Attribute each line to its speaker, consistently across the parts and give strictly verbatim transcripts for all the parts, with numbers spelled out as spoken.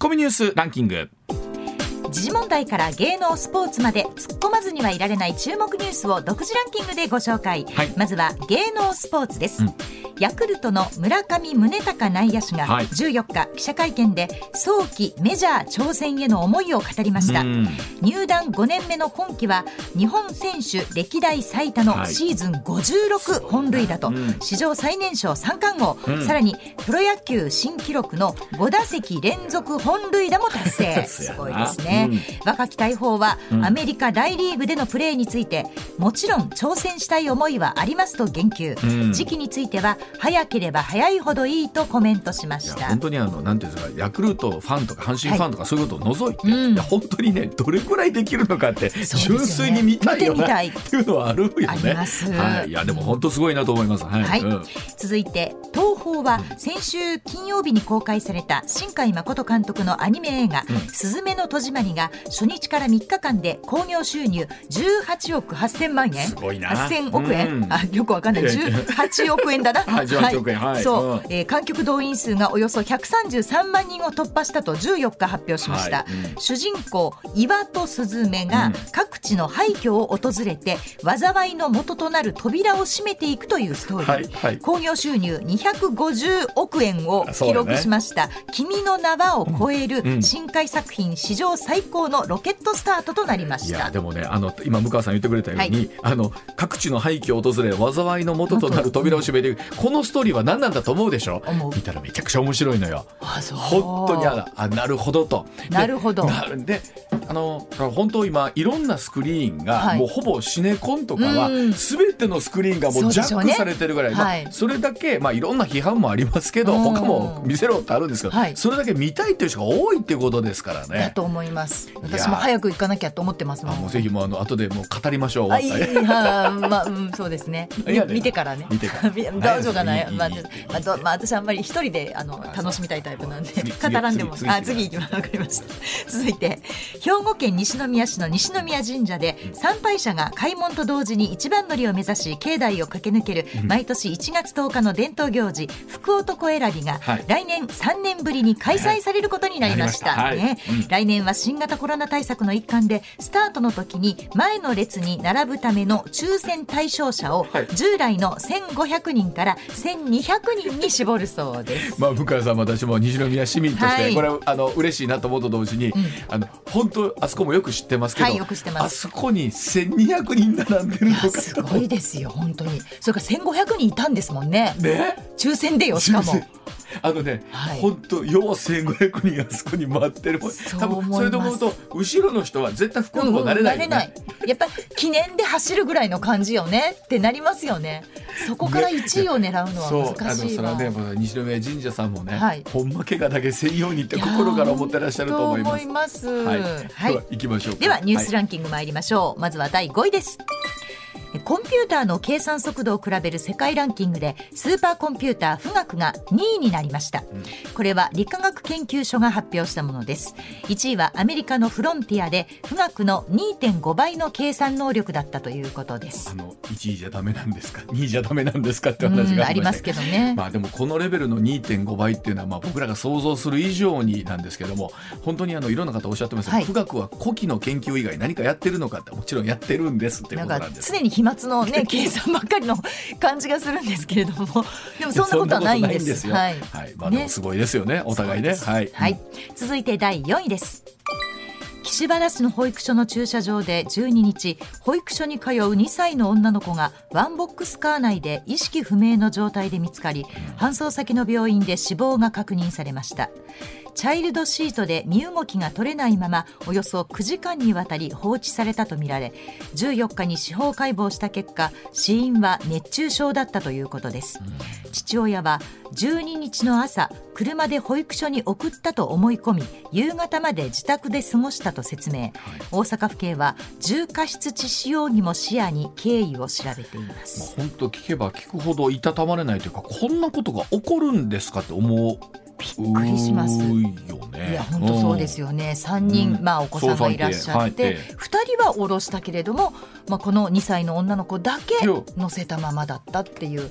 Speaker 1: コミニュースランキング。
Speaker 2: 時事問題から芸能スポーツまで突っ込まずにはいられない注目ニュースを独自ランキングでご紹介、はい、まずは芸能スポーツです、うん、ヤクルトの村上宗隆内野手がじゅうよっか記者会見で早期メジャー挑戦への思いを語りました。入団ごねんめの今季は日本選手歴代最多のシーズンごじゅうろくほん塁打と、はい、史上最年少三冠王、うん、さらにプロ野球新記録のご打席連続本塁打も達成すごいですね。うん、若き大砲はアメリカ大リーグでのプレーについて、うん、もちろん挑戦したい思いはありますと言及、うん、時期については早ければ早いほどいいとコメントしました。
Speaker 1: 本当にあのなんていうんですか、ヤクルトファンとか阪神ファンとかそういうことを除いて、はい、いや本当にねどれくらいできるのかって純粋に見たいよなっていうのはあるよね。
Speaker 2: あります、
Speaker 1: はい、いやでも本当すごいなと思います。はいはい、うん、
Speaker 2: 続いて東宝は先週金曜日に公開された新海誠監督のアニメ映画、うん、すずめの戸締まりが初日からみっかかんで興行収入じゅうはちおくはっせんまんえん、
Speaker 1: すごいな、
Speaker 2: はっせんおくえん、うん、あよくわかんないじゅうはちおくえんだな
Speaker 1: はい、じゅうはちおくえん、はい、
Speaker 2: そう、うん、えー、観客動員数がおよそひゃくさんじゅうさんまんにんを突破したとじゅうよっか発表しました、はい、うん、主人公岩戸すずめが各地の廃墟を訪れて災いの元となる扉を閉めていくというストーリー、はいはい、興行収入にひゃくごじゅうおくえんを記録しました、ね、君の名はを超える新海作品史上最高のロケットスタートとなりました。
Speaker 1: いやでもね、あの今向川さん言ってくれたように、はい、あの各地の廃墟を訪れ災いの元となる扉を閉めていく、このストーリーは何なんだと思うでしょ。見たらめちゃくちゃ面白いのよ。
Speaker 2: あ、そう、
Speaker 1: 本当にああなるほどと。
Speaker 2: なるほど。
Speaker 1: であの本当今いろんなスクリーンが、はい、もうほぼシネコンとかは全てのスクリーンがもうジャックされてるぐらい、そ, ね、まあはい、それだけ、まあ、いろんな批判もありますけど他も見せろってあるんですけど、はい、それだけ見たいっていう人が多いっていうことですからね。
Speaker 2: だと思います。私も早く行かなきゃと思ってますもん。
Speaker 1: あもうぜひもうあの後でもう語りましょう。
Speaker 2: あいいあ、まあうん、そうですね。見てからね。見てから大丈夫かな。まあまあまあ、私あんまり一人であの楽しみたいタイプなんで語らんでも次あ次行きます。わかりました。続いて兵庫県西宮市の西宮神社で参拝者が開門と同時に一番乗りを目指し境内を駆け抜ける毎年いちがつとおかの伝統行事福男選びが、はい、来年さんねんぶりに開催されることになりました、はいねうん、来年は新型コロナ対策の一環でスタートの時に前の列に並ぶための抽選対象者を従来のせんごひゃくにんからせんにひゃくにんに絞るそうです。
Speaker 1: まあ、向川さん私も西宮市民として、はい、これはあの嬉しいなと思うと同時に、うん、あの本当あそこもよく知ってますけど、はい、よく知ってます。あそこにせんにひゃくにん並んでるのかと。
Speaker 2: すごいですよ本当に。それからせんごひゃくにんいたんですもん ね,
Speaker 1: ね
Speaker 2: 抽選でよしかも。
Speaker 1: あのね、はい、本当ようせんごひゃくにんあそこに待ってる。多分それと思うと後ろの人は絶対福男なれないよね、うんうん、なれない。
Speaker 2: やっぱり記念で走るぐらいの感じよねってなりますよね。そこからいちいを狙うのは難しいわ。
Speaker 1: そうあのそれはね西宮神社さんもね、はい、ほんま怪我だけせんようにって心から思ってらっしゃると思います。
Speaker 2: 思います、
Speaker 1: はいはい、では行きましょうか。
Speaker 2: ではニュースランキング参りましょう、はい、まずはだいごいです。コンピューターの計算速度を比べる世界ランキングでスーパーコンピューター富岳がにいになりました、うん、これは理化学研究所が発表したものです。いちいはアメリカのフロンティアで富岳の にてんごばいの計算能力だったということです。
Speaker 1: あのいちいじゃダメなんですかにいじゃダメなんですかって話がありました、
Speaker 2: ありますけどね。
Speaker 1: まあでもこのレベルの にてんごばいっていうのはまあ僕らが想像する以上になんですけども、本当にあのいろんな方おっしゃってますが、はい、富岳は古希の研究以外何かやってるのかってもちろんやってるんですっていうことなんです。
Speaker 2: なんか常に飛沫のね計算ばっかりの感じがするんですけれども、でもそんなことはないんです。
Speaker 1: ですよ、はいはい、まあ、でもすごいですよね、お互いね、はい
Speaker 2: はい、続いてだいよんいです。岸原市の保育所の駐車場でじゅうににち保育所に通うにさいの女の子がワンボックスカー内で意識不明の状態で見つかり、搬送先の病院で死亡が確認されました。チャイルドシートで身動きが取れないままおよそくじかんにわたり放置されたとみられ、じゅうよっかに司法解剖した結果死因は熱中症だったということです。父親はじゅうににちの朝車で保育所に送ったと思い込み夕方まで自宅で過ごしたと説明、はい、大阪府警は重過失致死容疑も視野に経緯を調べています。
Speaker 1: 本当聞けば聞くほどいたたまれないというか、こんなことが起こるんですかって思う。
Speaker 2: びっくりしますよね。
Speaker 1: い
Speaker 2: や本当そうですよね。さんにん、うんまあ、お子さんがいらっしゃって、ふたりは降ろしたけれども、まあ、このにさいの女の子だけ乗せたままだったっていう、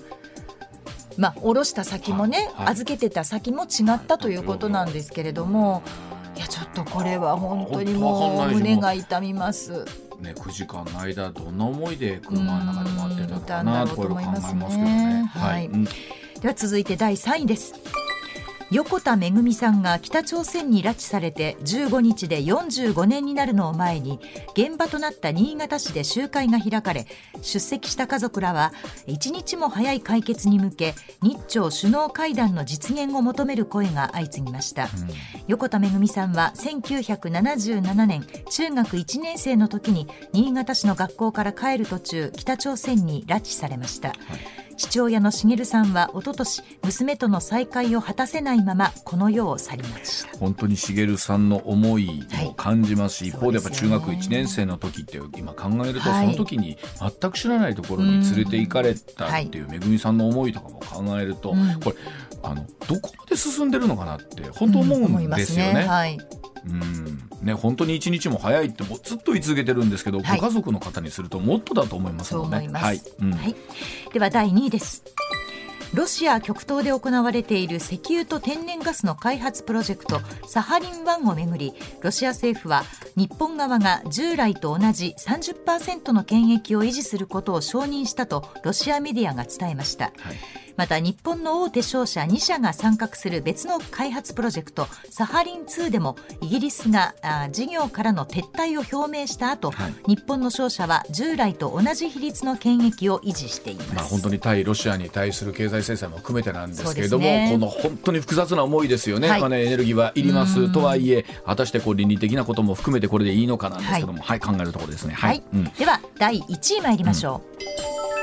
Speaker 2: まあ、降ろした先もね、はいはい、預けてた先も違ったということなんですけれども、 ちょっとこれは本当にもう胸が痛みます。
Speaker 1: ね、くじかんの間どんな思いで車の中で待ってたのかなところ考えますけどね。
Speaker 2: はい、うん、では続いてだいさんいです。横田めぐみさんが北朝鮮に拉致されてじゅうごにちでよんじゅうごねんになるのを前に、現場となった新潟市で集会が開かれ、出席した家族らはいちにちも早い解決に向け、日朝首脳会談の実現を求める声が相次ぎました、うん、横田めぐみさんはせんきゅうひゃくななじゅうななねん中学いちねん生の時に新潟市の学校から帰る途中、北朝鮮に拉致されました、はい。父親の茂さんはおととし、娘との再会を果たせないままこの世を去りました。
Speaker 1: 本当に茂さんの思いも感じますし、はい、一方でやっぱ中学いちねん生の時って今考えると、はい、その時に全く知らないところに連れて行かれたっていうめぐみさんの思いとかも考えると、うん、これあのどこまで進んでるのかなって本当思うんですよね。うん、思いますね。はい。うんね、本当に一日も早いってもうずっと言い続けてるんですけど、はい、ご家族の方にするともっとだと思いますので、ね、
Speaker 2: そう思います。
Speaker 1: はい、うん、
Speaker 2: はい、ではだいにいです。ロシア極東で行われている石油と天然ガスの開発プロジェクトサハリンワンをめぐり、ロシア政府は日本側が従来と同じ さんじゅっパーセント の権益を維持することを承認したとロシアメディアが伝えました、はい。また日本の大手商社にしゃが参画する別の開発プロジェクトサハリンツーでもイギリスが事業からの撤退を表明した後、はい、日本の商社は従来と同じ比率の権益を維持しています。
Speaker 1: まあ、本当に対ロシアに対する経済制裁も含めてなんですけれども、ね、この本当に複雑な思いですよね、はい。まあね、エネルギーはいりますとはいえ、果たしてこう倫理的なことも含めてこれでいいのかなんですけども、はい、はい、考えるところですね。はい、はい、うん、
Speaker 2: ではだいいちい参りましょう。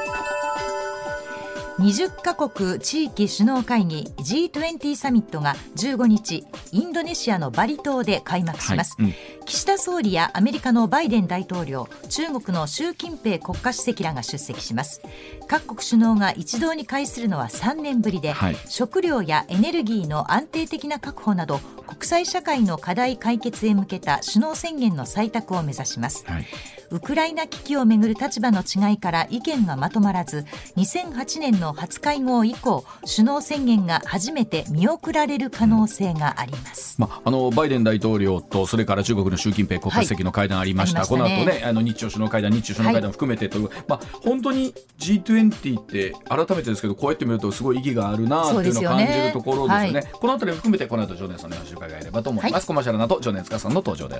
Speaker 2: うん、にじゅっかこく地域首脳会議 ジーにじゅう サミットがじゅうごにちインドネシアのバリ島で開幕します、はい。うん、岸田総理やアメリカのバイデン大統領、中国の習近平国家主席らが出席します。各国首脳が一堂に会するのはさんねんぶりで、はい、食料やエネルギーの安定的な確保など国際社会の課題解決へ向けた首脳宣言の採択を目指します、はい。ウクライナ危機をめぐる立場の違いから意見がまとまらず、にせんはちねんの初会合以降、首脳宣言が初めて見送られる可能性があります、
Speaker 1: まあ、あのバイデン大統領とそれから中国の習近平国家主席の会談ありました、はい、この後ね、あの日朝首脳会談日中首脳会談を含めてという、はい、まあ、本当に ジーにじゅう って改めてですけどこうやって見るとすごい意義があるなっていうのを感じるところですよね。はい、このあたりも含めてこの後常念さんの話を伺えればと思います、はい。コマーシャルなど常念塚さんの登場です。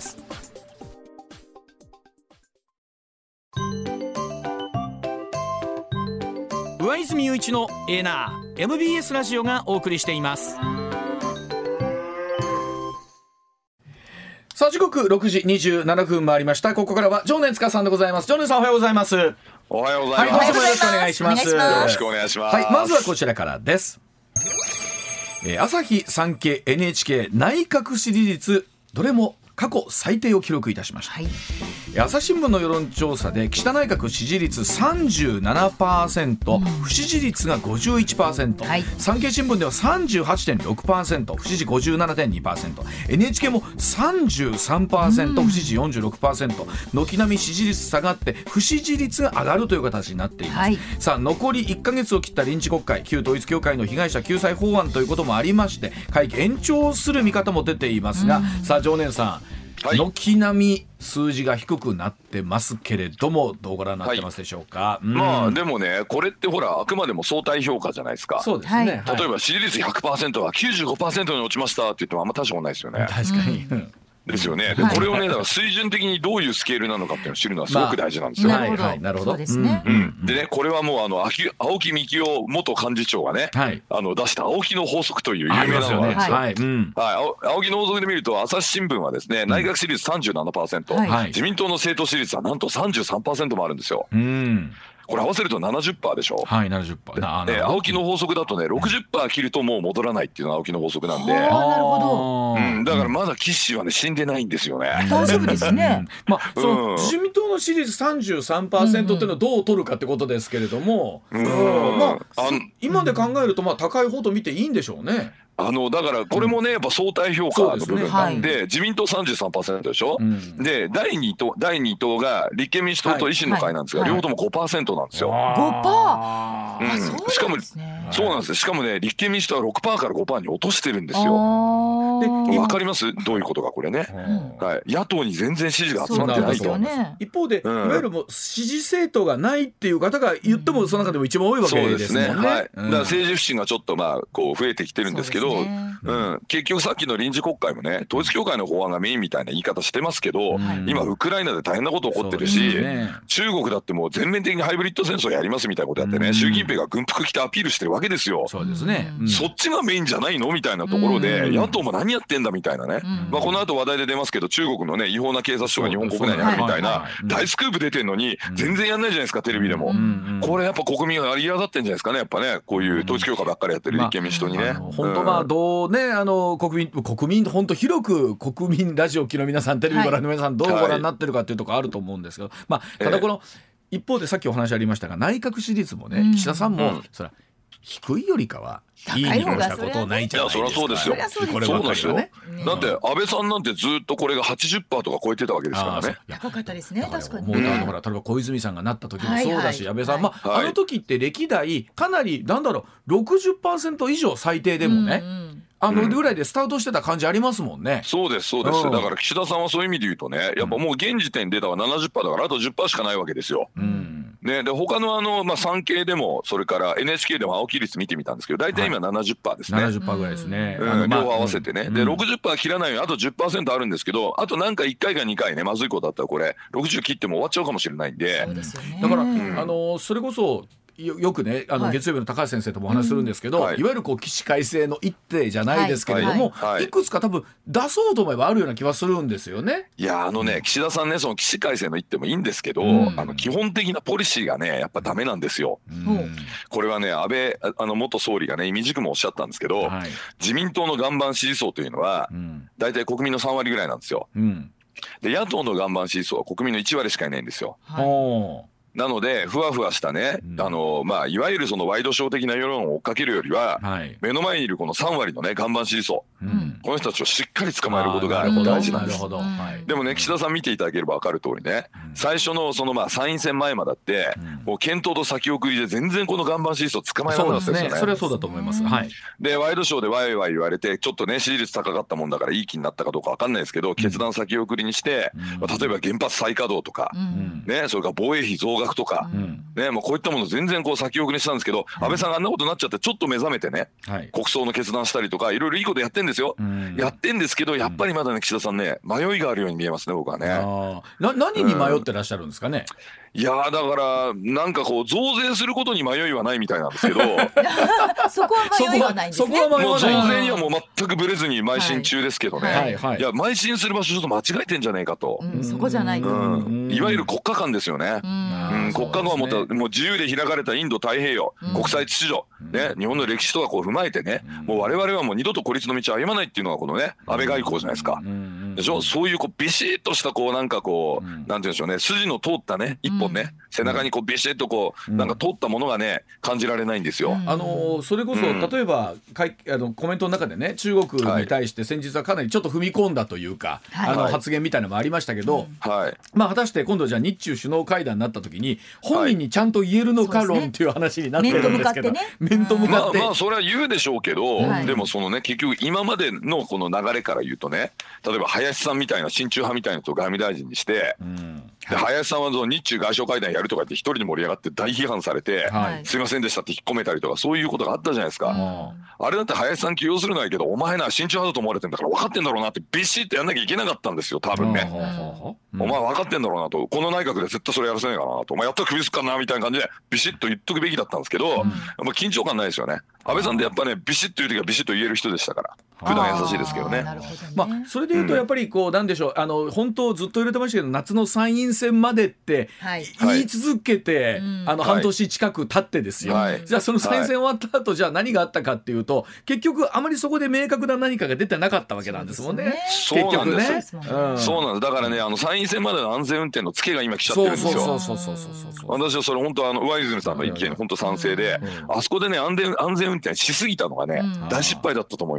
Speaker 3: 上泉雄一のエーナー エムビーエス ラジオがお送りしています。
Speaker 1: さあ時刻ろくじにじゅうななふん回りました。ここからは常念塚さんでございます。常念さんおはようございます。
Speaker 4: おはようございます。
Speaker 1: はい、どうぞよろしくお願いします。
Speaker 4: よろしくお願いします。
Speaker 1: はい、まずはこちらからです。えー、朝日、産経、エヌエイチケー 内閣支持率どれも過去最低を記録いたしました、はい。朝日新聞の世論調査で岸田内閣支持率 さんじゅうななパーセント、うん、不支持率が ごじゅういちパーセント、はい、産経新聞では さんじゅうはちてんろくパーセント、不支持 ごじゅうななてんにパーセント、 エヌエイチケー も さんじゅうさんパーセント、うん、不支持 よんじゅうろくパーセント、 軒並み支持率下がって不支持率が上がるという形になっています、はい。さあ残りいっかげつを切った臨時国会、旧統一教会の被害者救済法案ということもありまして会期延長する見方も出ていますが、うん、さあ常念さん、はい、軒並み数字が低くなってますけれどもどうご覧になってますでしょうか。はい、うん、
Speaker 4: まあでもね、これってほらあくまでも相対評価じゃないですか。
Speaker 1: そうですね、
Speaker 4: はい、例えば支持率 ひゃくパーセント が きゅうじゅうごパーセント に落ちましたって言ってもあんま大したことないですよね。
Speaker 1: 確かに、うん、
Speaker 4: ですよね。でこれをね、だから水準的にどういうスケールなのかっていうのを知るのはすごく大事なんですよ。
Speaker 1: まあ、はいはい、なるほど。そうですね。
Speaker 4: うんうん、でね、これはもうあの青木幹雄元幹事長がね、はい、あの出した青木の法則という有名なのがあるんですよ。はい、うん、はい、青木の法則で見ると朝日新聞はですね、内閣支持率 さんじゅうななパーセント、はい、自民党の政党支持率はなんと さんじゅうさんパーセント もあるんですよ。うん、これ合わせると ななじゅっパーセント でしょ。
Speaker 1: はい、ななじゅっパーセント。
Speaker 4: で青木の法則だとね ろくじゅっパーセント 切るともう戻らないっていうのが青木の法則なんで、あ、
Speaker 2: なるほ
Speaker 4: ど、うん、だからまだ岸はね死んでないんですよね。
Speaker 2: 大丈夫ですね。
Speaker 1: まあ、その自民党の支持率 さんじゅうさんパーセント っていうのをどう取るかってことですけれども、うんうん、まあ、今で考えるとまあ高い方と見ていいんでしょうね。
Speaker 4: あのだからこれもねやっぱ相対評価の部分なんで、自民党 さんじゅうさんパーセント でしょ、うん、でだいに党だいに党が立憲民主党と維新の会なんですが、はいはい、両方とも ごパーセント なんですよ。 ご
Speaker 2: パーセント、
Speaker 4: うん、しかもそうなんですよ。しかもね立憲民主党は ろくパーセント から ごパーセント に落としてるんですよ。 で分かりますどういうことかこれね、はい、野党に全然支持が集まってないと、
Speaker 1: ね、一方で、うん、いわゆるもう支持政党がないっていう方が言ってもその中でも一番多いわけですもんね。
Speaker 4: そうですね、はい、だから政治不信がちょっとまあこう増えてきてるんですけど、う、ね、うん、結局さっきの臨時国会もね統一教会の法案がメインみたいな言い方してますけど、うん、今ウクライナで大変なこと起こってるし、ね、中国だってもう全面的にハイブリッド戦争やりますみたいなことやってね、うん、習近平が軍服着てアピールしてるわけですよ。
Speaker 1: そうですね、うん、
Speaker 4: そっちがメインじゃないのみたいなところで、うん、野党も何やってんだみたいなね、うん、まあ、この後話題で出ますけど中国のね違法な警察署が日本国内にあるみたいな大スクープ出てんのに全然やんないじゃないですかテレビでも、うん、これやっぱ国民が嫌がってんじゃないですかねやっぱねこういう統一教会ばっかりやってる立憲民主党にね、
Speaker 1: まあ、本当まあどうねあの国民国民本当広く国民ラジオ機の皆さんテレビご覧の皆さんどうご覧になってるかっていうところあると思うんですけど、まあただこの一方でさっきお話ありましたが内閣支持率もね、うん、岸田さんも、うん、そら低いよりかはいいに越したことないんじゃないですか。
Speaker 4: いやそりゃそうですよ。こればかりはね。だって安倍さんなんてずっとこれが はちじゅっパーセント とか超えてたわけですからね。
Speaker 2: 高かったですね確かに。
Speaker 1: もうあのほら例えば小泉さんがなった時もそうだし、安倍さん、まああの時って歴代かなりなんだろう ろくじゅっパーセント 以上最低でもね。あのぐらいでスタートしてた感じありますもんね。
Speaker 4: そうですそうです。だから岸田さんはそういう意味で言うとねやっぱもう現時点でだから ななじゅっパーセント だからあと じゅっパーセント しかないわけですよ。うんね、で他のあの、まあ、産経でもそれから エヌエイチケー でも青木率見てみたんですけど大体今 ななじゅっパーセント ですね、はい、ななじゅっパーセント ぐらいですね、うん、両方合わせてね、うん、で ろくじゅっパーセント 切らないようにあと じゅっパーセント あるんですけどあとなんかいっかいかにかいねまずいことだったらこれろくじゅう切っても終わっちゃうかもしれないんで、
Speaker 2: そうですよね、
Speaker 1: だから、うん、あのそれこそよ, よくねあの、はい、月曜日の高橋先生ともお話しするんですけど、うんはい、いわゆるこう起死回生の一手じゃないですけれども、はいはいはい、いくつか多分出そうと思えばあるような気はするんですよね。
Speaker 4: いやあのね岸田さんねその起死回生の一手もいいんですけど、うん、あの基本的なポリシーがねやっぱダメなんですよ、うん、これはね安倍あの元総理がね意味軸もおっしゃったんですけど、はい、自民党の岩盤支持層というのは、うん、大体国民のさんわりぐらいなんですよ、うん、で野党の岩盤支持層は国民のいちわりしかいないんですよ、はい、なのでふわふわしたね、うん、あのまあいわゆるそのワイドショー的な世論を追っかけるよりは、はい、目の前にいるこのさんわりのね岩盤支持層、うん、この人たちをしっかり捕まえることが大事なんです。でもね岸田さん見ていただければ分かる通りね、うん、最初のそのまあ参院選前までって、うん、もう検討と先送りで全然この岩盤支持層捕まえなかったんですよね。
Speaker 1: そうですね、それはそうだと思います、はい、
Speaker 4: でワイドショーでワイワイ言われてちょっとね支持率高かったもんだからいい気になったかどうか分かんないですけど、うん、決断先送りにして、うんまあ、例えば原発再稼働とか、うんね、それから防衛費増額とか、うんね、もうこういったもの全然こう先送りにしたんですけど、うん、安倍さんがあんなことになっちゃってちょっと目覚めてね、はい、国葬の決断したりとかいろいろいいことやってんですよ、うん、やってんですけどやっぱりまだね岸田さんね迷いがあるように見えますね僕はね。
Speaker 1: あな何に迷ってらっしゃるんですかね、
Speaker 4: うん、いやだからなんかこう増税することに迷いはないみたいなんですけど
Speaker 2: そこは迷いはないんですね。
Speaker 4: もう増税にはもう全くブレずに邁進中ですけどね、はいはい、いや邁進する場所ちょっと間違えてんじゃないかと、
Speaker 2: うん、そこじゃないと、
Speaker 4: うん、いわゆる国家間ですよね、うんうん、国家間はもっともう自由で開かれたインド太平洋、うん、国際秩序、うんね、日本の歴史とかこう踏まえてね、うん、もう我々はもう二度と孤立の道を歩まないっていうのがこのね安倍外交じゃないですか、うん、でしょ。そういうこうビシッとしたこうなんかこう、うん、なんて言うんでしょうね筋の通ったね一本ね、うん、背中にこうビシッとこう、うん、なんか通ったものがね感じられないんですよ、うん、
Speaker 1: あのそれこそ、うん、例えばかいあのコメントの中でね中国に対して先日はかなりちょっと踏み込んだというか、はい、あの発言みたいなのもありましたけど、はい、まあ果たして今度じゃあ日中首脳会談になった時に本人にちゃんと言えるのか論っていう話になってるんですけど、面と向かって、
Speaker 4: まあまあそれは言うでしょうけど、はい、でもそのね結局今までのこの流れから言うとね例えば林さんみたいな親中派みたいな人を外務大臣にして、うん、で林さんはその日中外相会談やるとか言って一人で盛り上がって大批判されて、はい、すいませんでしたって引っ込めたりとかそういうことがあったじゃないですか、うん、あれだって林さん起用するのはいいけどお前な親中派だと思われてんだから分かってんだろうなってビシッとやんなきゃいけなかったんですよ多分ね、うん、お前分かってんだろうなとこの内閣で絶対それやらせないかなとお前やったら首すっかなみたいな感じでビシッと言っとくべきだったんですけど、うん、まあ緊張感ないですよね。安倍さんってやっぱねビシッと言う時はビシッと言える人でしたから普段優しいですけどね。
Speaker 2: なるほどね。
Speaker 1: まあそれでいうとやっぱりこうなんでしょうあの本当ずっと入れてましたけど夏の参院選までって、はい、言い続けて、はい、あの半年近く経ってですよ、はい、じゃあその参院選終わった後、はい、じゃあ何があったかっていうと結局あまりそこで明確な何かが出てなかったわけなんですもんね。
Speaker 4: そうなんです、結局ね、うん、そうなんです。だからねあの参院選までの安全運転のツケが今来ちゃってるんですよ。
Speaker 1: そうそうそうそうそうそう。
Speaker 4: 私はそれ本当あの上泉さんの意見に本当賛成で、うん、あそこでね安全安全運転しすぎたのがね、うん、大失敗だったと思いますね。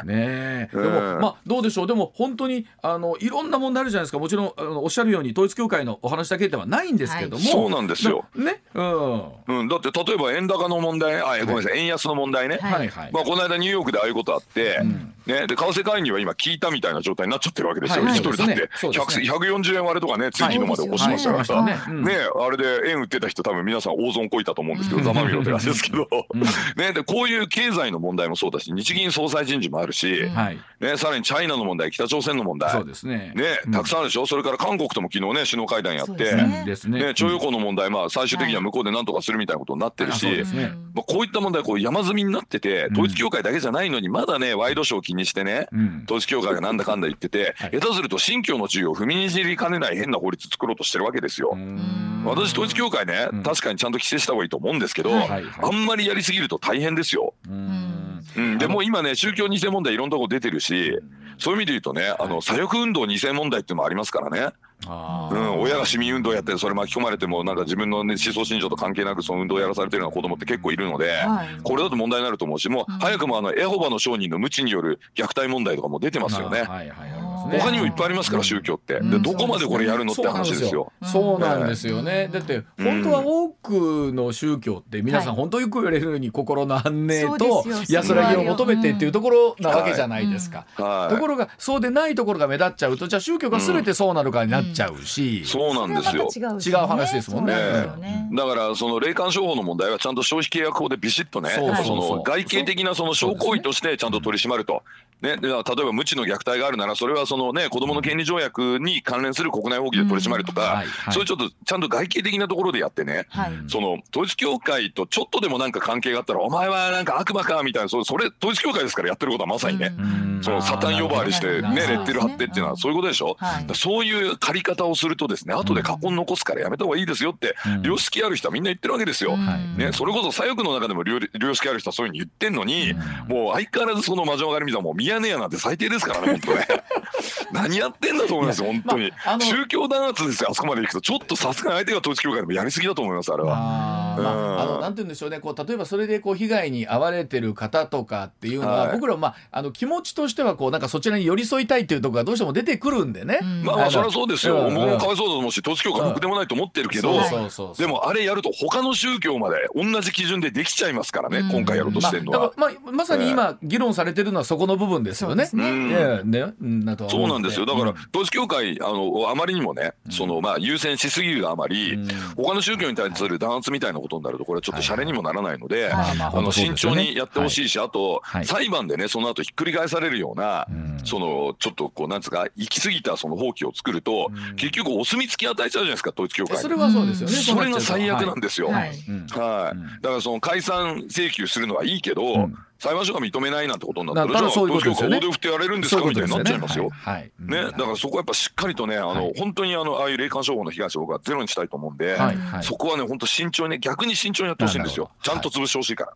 Speaker 1: ね、でも、まあ、どうでしょう。でも本当にあのいろんな問題あるじゃないですか。もちろんあのおっしゃるように統一教会のお話だけではないんですけども、はい、
Speaker 4: そうなんですよ、
Speaker 1: ね、うん
Speaker 4: うん、だって例えば円高の問題、あ、ごめんなさい、円安の問題ね、はいはい、まあ、この間ニューヨークでああいうことあって、うんね、で為替介入は今聞いたみたいな状態になっちゃってるわけですよ、はい、一人だってひゃくよんじゅうえん割れとかね、つい昨日まで起こしましたからさ、ね、あれで円売ってた人多分皆さん大損こいたと思うんですけど、ざまみろって感じですけど、ね、でこういう経済の問題もそうだし、日銀総裁人事もあるし、はいね、さらにチャイナの問題、北朝鮮の問題、そうですね、ね、たくさんあるでしょ、うん、それから韓国とも昨日ね首脳会談やって、ねね、徴用工の問題、まあ、最終的には向こうで何とかするみたいなことになってるし、はいね、まあ、こういった問題こう山積みになってて、統一教会だけじゃないのにまだねワイドショーを気にしてね、うん、統一教会がなんだかんだ言ってて、はい、下手すると信教の自由を踏みにじりかねない変な法律作ろうとしてるわけですよ。私統一教会ね、うん、確かにちゃんと規制した方がいいと思うんですけど、はいはい、あんまりやりすぎると大変ですよ。うんうん、でも今ね宗教に世問題いろんなとこ出てるし、そういう意味で言うとね、あの左翼運動に世問題っていうのもありますからね。あうん、親が市民運動やってそれ巻き込まれてもなんか自分の、ね、思想信条と関係なくその運動をやらされてるような子供って結構いるので、はい、これだと問題になると思うし、もう早くもあのエホバの証人の無知による虐待問題とかも出てますよね。他にもいっぱいありますから、宗教って、うん、でどこまでこれやるのって話ですよ。
Speaker 1: そうなんですよね。だって本当は多くの宗教って皆さん本当よく言われるように心の安寧と安らぎを求めてっていうところなわけじゃないですか、はい、ところがそうでないところが目立っちゃうと、じゃあ宗教が全てそうなるかになっちゃうし、うん、
Speaker 4: そうなんですよ。
Speaker 1: 違う話ですもんね。
Speaker 4: だからその霊感商法の問題はちゃんと消費契約法でビシッとね、その外形的なその商行為としてちゃんと取り締まると。ね、で例えば無知の虐待があるならそれはその、ね、子どもの権利条約に関連する国内法規で取り締まるとか、うんはいはい、そういうちょっとちゃんと外形的なところでやってね、はい、その統一教会とちょっとでもなんか関係があったらお前はなんか悪魔かみたいな、そ, それ統一教会ですからやってることはまさにね、うん、そのサタン呼ばわりして、ね、レッテル貼ってっていうのはそういうことでしょ、はい、だそういう借り方をするとですね、後で過去残すからやめた方がいいですよって、うん、良識ある人はみんな言ってるわけですよ、うんね、それこそ左翼の中でも 良, 良識ある人はそういうふうに言ってんのに、うん、もう相変わらずその魔女上がりみたいなもうミヤネ屋なんて最低ですからね本当ね何やってんだと思いますよ本当に、まあ、宗教弾圧ですよ。あそこまで行くとちょっとさすがに相手が統一教会でもやりすぎだと思いますあれは。あ、
Speaker 1: うんまあ、あのなんて言うんでしょうね、こう例えばそれでこう被害に遭われてる方とかっていうのは、はい、僕らは、まあ、あの気持ちとしてはこうなんかそちらに寄り添いたいっていうところがどうしても出てくるんでね、うん、
Speaker 4: まあ、まあそりゃそうですよ、うん、僕もかわいそうだと思うし統一教会僕でもないと思ってるけど、でもあれやると他の宗教まで同じ基準でできちゃいますからね、うん、今回やろうとしてるのは、
Speaker 1: まあまあ、まさに今議論されてるのはそこの部分ですよね。そう
Speaker 4: なんですよ。だから、うん、統一教会あのあまりにもね、うん、そのまあ優先しすぎるがあまり、うん、他の宗教に対する弾圧みたいなことになるとこれはちょっとシャレにもならないので、はいはい、あの慎重にやってほしいし、はい、あと、はい、裁判でねその後ひっくり返されるような、うん、そのちょっとこうなんつうか行き過ぎたその法規を作ると、うん、結局お墨付き与えちゃうじゃないですか統一教会に。
Speaker 1: それはそうですよね。
Speaker 4: それが最悪なんですよ。はいはいはい、だからその解散請求するのはいいけど、うん裁判所が認めないなんてことになったら、じゃあ統一教会大手振ってやれるんですかみたいになっちゃいますよ。ね、だからそこはやっぱしっかりとね、あの本当にあのああいう霊感商法の被害者を僕はゼロにしたいと思うんで、そこはね本当慎重に逆に慎重にやってほしいんですよ。ちゃんと潰してほしいから。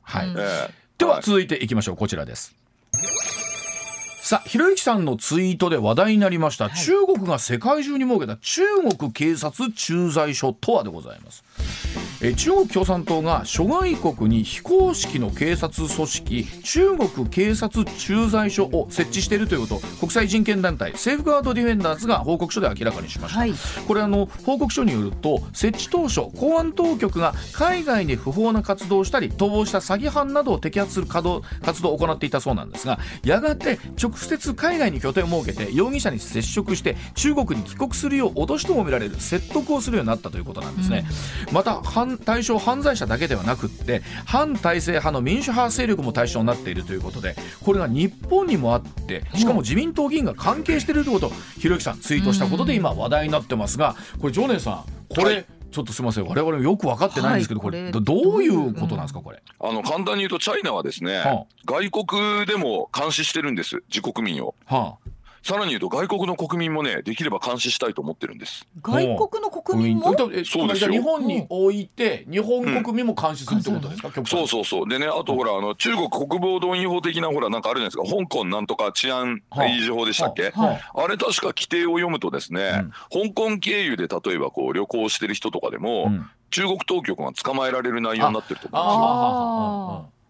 Speaker 1: では続いていきましょう。こちらです。さあ、ひろゆきさんのツイートで話題になりました、はい、中国が世界中に設けた中国警察駐在所とはでございます。え中国共産党が諸外国に非公式の警察組織中国警察駐在所を設置しているということを国際人権団体セーフガードディフェンダーズが報告書で明らかにしました、はい、これあの報告書によると設置当初公安当局が海外で不法な活動をしたり逃亡した詐欺犯などを摘発する活動、活動を行っていたそうなんですが、やがて直接海外に拠点を設けて容疑者に接触して中国に帰国するよう脅しとも見られる説得をするようになったということなんですね、うん、また対象犯罪者だけではなくって反体制派の民主派勢力も対象になっているということで、これが日本にもあってしかも自民党議員が関係しているということをひろゆきさんツイートしたことで今話題になってますが、これ常念さんこれ、はい、ちょっとすみません我々よく分かってないんですけど、はい、これ ど, どういうことなんですかこれ。
Speaker 4: あの簡単に言うとチャイナはですね、はあ、外国でも監視してるんです自国民を、はあさらに言うと外国の国民もねできれば監視したいと思ってるんです。
Speaker 2: 外国の国民も、
Speaker 1: そうですよ。日本に置いて日本国民も監視するってことですか、うん、
Speaker 4: そうそうそうでね、あとほらあの中国国防動員法的なほらなんかあるじゃないですか、香港なんとか治安維持法でしたっけ、はあはあ、あれ確か規定を読むとですね、うん、香港経由で例えばこう旅行してる人とかでも、うん、中国当局が捕まえられる内容になってると思うんですよ。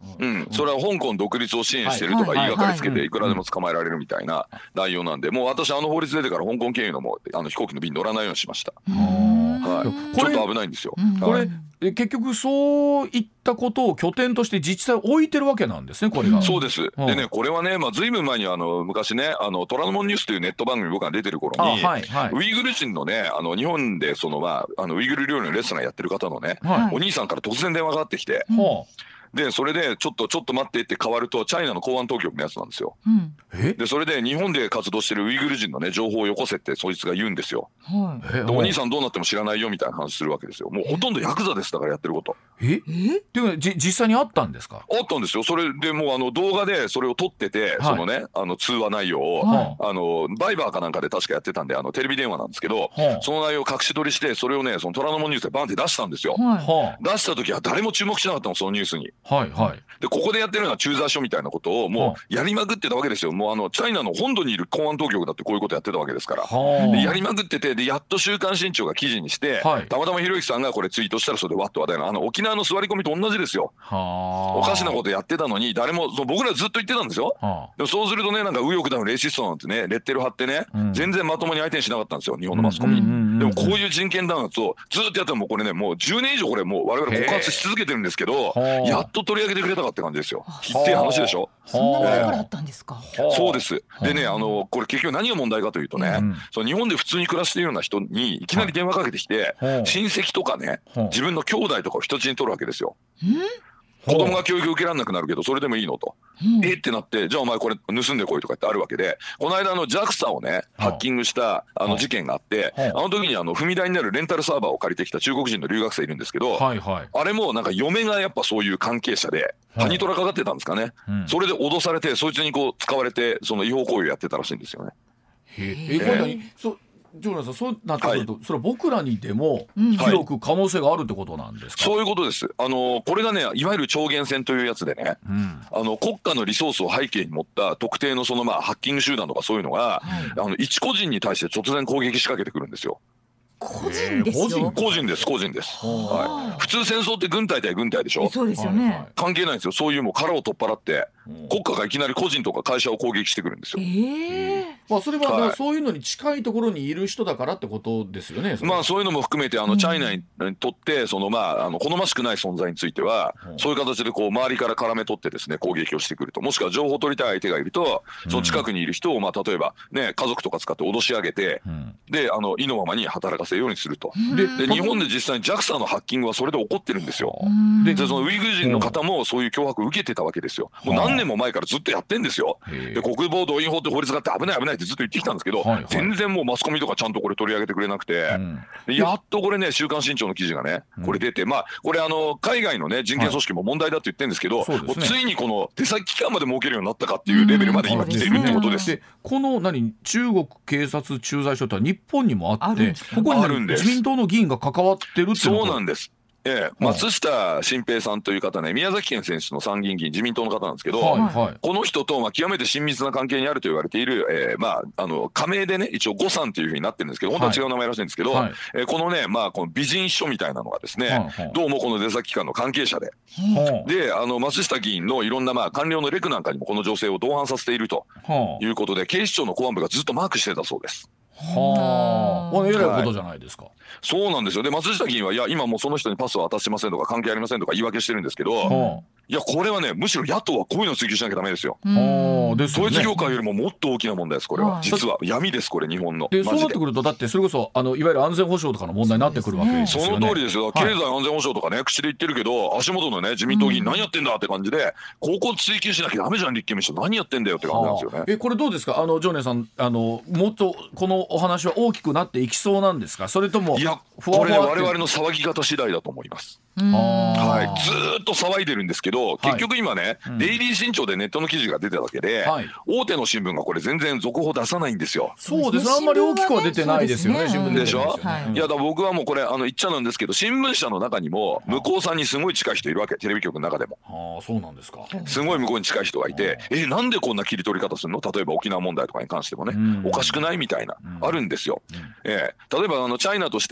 Speaker 4: うん、それは香港独立を支援してるとか言いがかりつけていくらでも捕まえられるみたいな内容なんで、もう私あの法律出てから香港経由のもあの飛行機の便乗らないようにしました。はい、ちょっと危ないんですよ。
Speaker 1: これ結局そういったことを拠点として自治体を置いてるわけなんですね、これが。
Speaker 4: そうです。でね、これはね、まあ、ずいぶん前にあの昔ね、あの虎ノ門ニュースというネット番組僕が出てる頃に、はいはい、ウイグル人のね、あの日本でその、まあ、あのウイグル料理のレストランやってる方のね、はい、お兄さんから突然電話がかかってきて、うん、でそれでちょっとちょっと待ってって変わるとチャイナの公安当局のやつなんですよ。うん、でそれで日本で活動してるウイグル人のね情報をよこせってそいつが言うんですよ。はい、でお兄さんどうなっても知らないよみたいな話するわけですよ。もうほとんどヤクザですだからやってること。え
Speaker 1: えっていうかじ実際にあったんですか？
Speaker 4: あったんですよ。それでもうあの動画でそれを撮ってて、はい、そのねあの通話内容を、はい、あのバイバーかなんかで確かやってたんであのテレビ電話なんですけど、はい、その内容を隠し撮りしてそれをねその虎ノ門ニュースでバンって出したんですよ。はい、出した時は誰も注目しなかったのそのニュースに。はいはい。でここでやってるのは駐在所みたいなことをもうやりまくってたわけですよ。もうあのチャイナの本土にいる公安当局だってこういうことやってたわけですから。でやりまくっててでやっと週刊新潮が記事にして、はい、たまたまひろゆきさんがこれツイートしたらそれでわっと話題のあの沖縄の座り込みと同じですよ。おかしなことやってたのに誰もそう僕らずっと言ってたんですよ。でもそうするとねなんか右翼だのレイシストなんてねレッテル貼ってね、うん、全然まともに相手にしなかったんですよ日本のマスコミ。でもこういう人権弾圧をずっとやってもこれねもうじゅうねん以上これもう我々告発し続けてるんですけどやっと取り上げてくれたかって感じですよ。っていう話でしょ。
Speaker 2: そんな前からあったんですか？
Speaker 4: そうです。でねあのこれ結局何が問題かというとね、うん、その日本で普通に暮らしているような人にいきなり電話かけてきて、はい、親戚とかね自分の兄弟とかを人質に取るわけですよ。子供が教育受けられなくなるけどそれでもいいのと、うん、えってなってじゃあお前これ盗んでこいとかってあるわけでこの間の ジャクサ をねハッキングしたあの事件があってあの時にあの踏み台になるレンタルサーバーを借りてきた中国人の留学生いるんですけど、はいはい、あれもなんか嫁がやっぱそういう関係者でハニトラかかってたんですかね、うん、それで脅されてそいつにこう使われてその違法行為をやってたらしいんですよね。
Speaker 1: へえ、これ何そジョーナさんそうなってくると、はい、それは僕らにでも広く可能性があるってことなんですか？
Speaker 4: はい、そういうことです。あのこれがねいわゆる超限戦というやつでね、うん、あの国家のリソースを背景に持った特定のそのまあハッキング集団とかそういうのが、はい、あの一個人に対して突然攻撃仕掛けてくるんですよ。
Speaker 2: 個人ですよ。
Speaker 4: 個人です個人です。はい、普通戦争って軍隊対軍隊でしょ。
Speaker 2: そうですよね。
Speaker 4: 関係ないんですよ。そういうもう殻を取っ払って、うん、国家がいきなり個人とか会社を攻撃してくるんですよ。え
Speaker 1: ーまあ、それは、はい、そういうのに近いところにいる人だからってことですよね。
Speaker 4: まあそういうのも含めてあのチャイナにとってそのまああの好ましくない存在については、うん、そういう形でこう周りから絡め取ってですね攻撃をしてくると、もしくは情報を取りたい相手がいるとその近くにいる人をまあ例えばね家族とか使って脅し上げて、うん、であの意のままに働かせるようにすると。でで日本で実際に ジャクサ のハッキングはそれで起こってるんですよ。でそのウイグル人の方もそういう脅迫を受けてたわけですよ。もう何年も前からずっとやってんですよ。で国防動員法って法律があって危ない危ないってずっと言ってきたんですけど、はいはい、全然もうマスコミとかちゃんとこれ取り上げてくれなくて、うん、やっとこれね週刊新潮の記事がねこれ出て、うん、まあこれあの海外のね人権組織も問題だって言ってるんですけど、はい、もうついにこの出先機関まで設けるようになったかっていうレベルまで今来ているってことです。
Speaker 1: でこの何中国警察駐在所って日本にもあってここに、ね、自民党の議員が関わってるって
Speaker 4: そうなんです。ええ、松下新平さんという方ね宮崎県選出の参議院議員自民党の方なんですけど、はいはい、この人とまあ極めて親密な関係にあると言われている、えー、まああの加盟でね一応呉さんというふうになってるんですけど本当は違う名前らしいんですけど、はいえー、このねまあこの美人秘書みたいなのがですね、はいはい、どうもこの出先機関の関係者で、はい、であの松下議員のいろんなまあ官僚のレクなんかにもこの女性を同伴させているということで警視庁の公安部がずっとマークしてたそうです。
Speaker 1: はあ、えらいことじゃないですか。はい、
Speaker 4: そうなんですよ。で松下議員はいや今もうその人にパスを渡してませんとか関係ありませんとか言い訳してるんですけど、はあ、いやこれはねむしろ野党はこういうのを追及しなきゃダメですよ。はあ、ですよね。統一教会よりももっと大きな問題です。これは実は闇です。これ日本の
Speaker 1: でそうなってくるとだってそれこそあのいわゆる安全保障とかの問題になってくるわけですよね。
Speaker 4: その通りですよ。経済安全保障とかね、はい、口で言ってるけど足元のね自民党議員何やってんだって感じで、うん、ここ追及しなきゃダメじゃん立憲民主党何やってんだよって感じなんですよね。はあ、え
Speaker 1: これどうですかあの常念さんあのもっとこのお話は大きくなっていきそうなんですか、それとも
Speaker 4: いやこれね我々の騒ぎ方次第だと思います。はい、ずーっと騒いでるんですけど結局今ね、はいうん、デイリー新潮でネットの記事が出てただけで、はい、大手の新聞がこれ全然続報出さないんですよ。
Speaker 1: そうですねあんまり大きくは出てないですよね新聞
Speaker 4: でしょ、はい、いやだから僕はもうこれあの言っちゃなんですけど新聞社の中にも向こうさんにすごい近い人いるわけテレビ局の中でも。
Speaker 1: はあそうなんですか。
Speaker 4: すごい向こうに近い人がいてえなんでこんな切り取り方するの例えば沖縄問題とかに関してもね、うん、おかしくないみたいな、うん、あるんですよ。うんえー、例えばあのチャイナとしてはね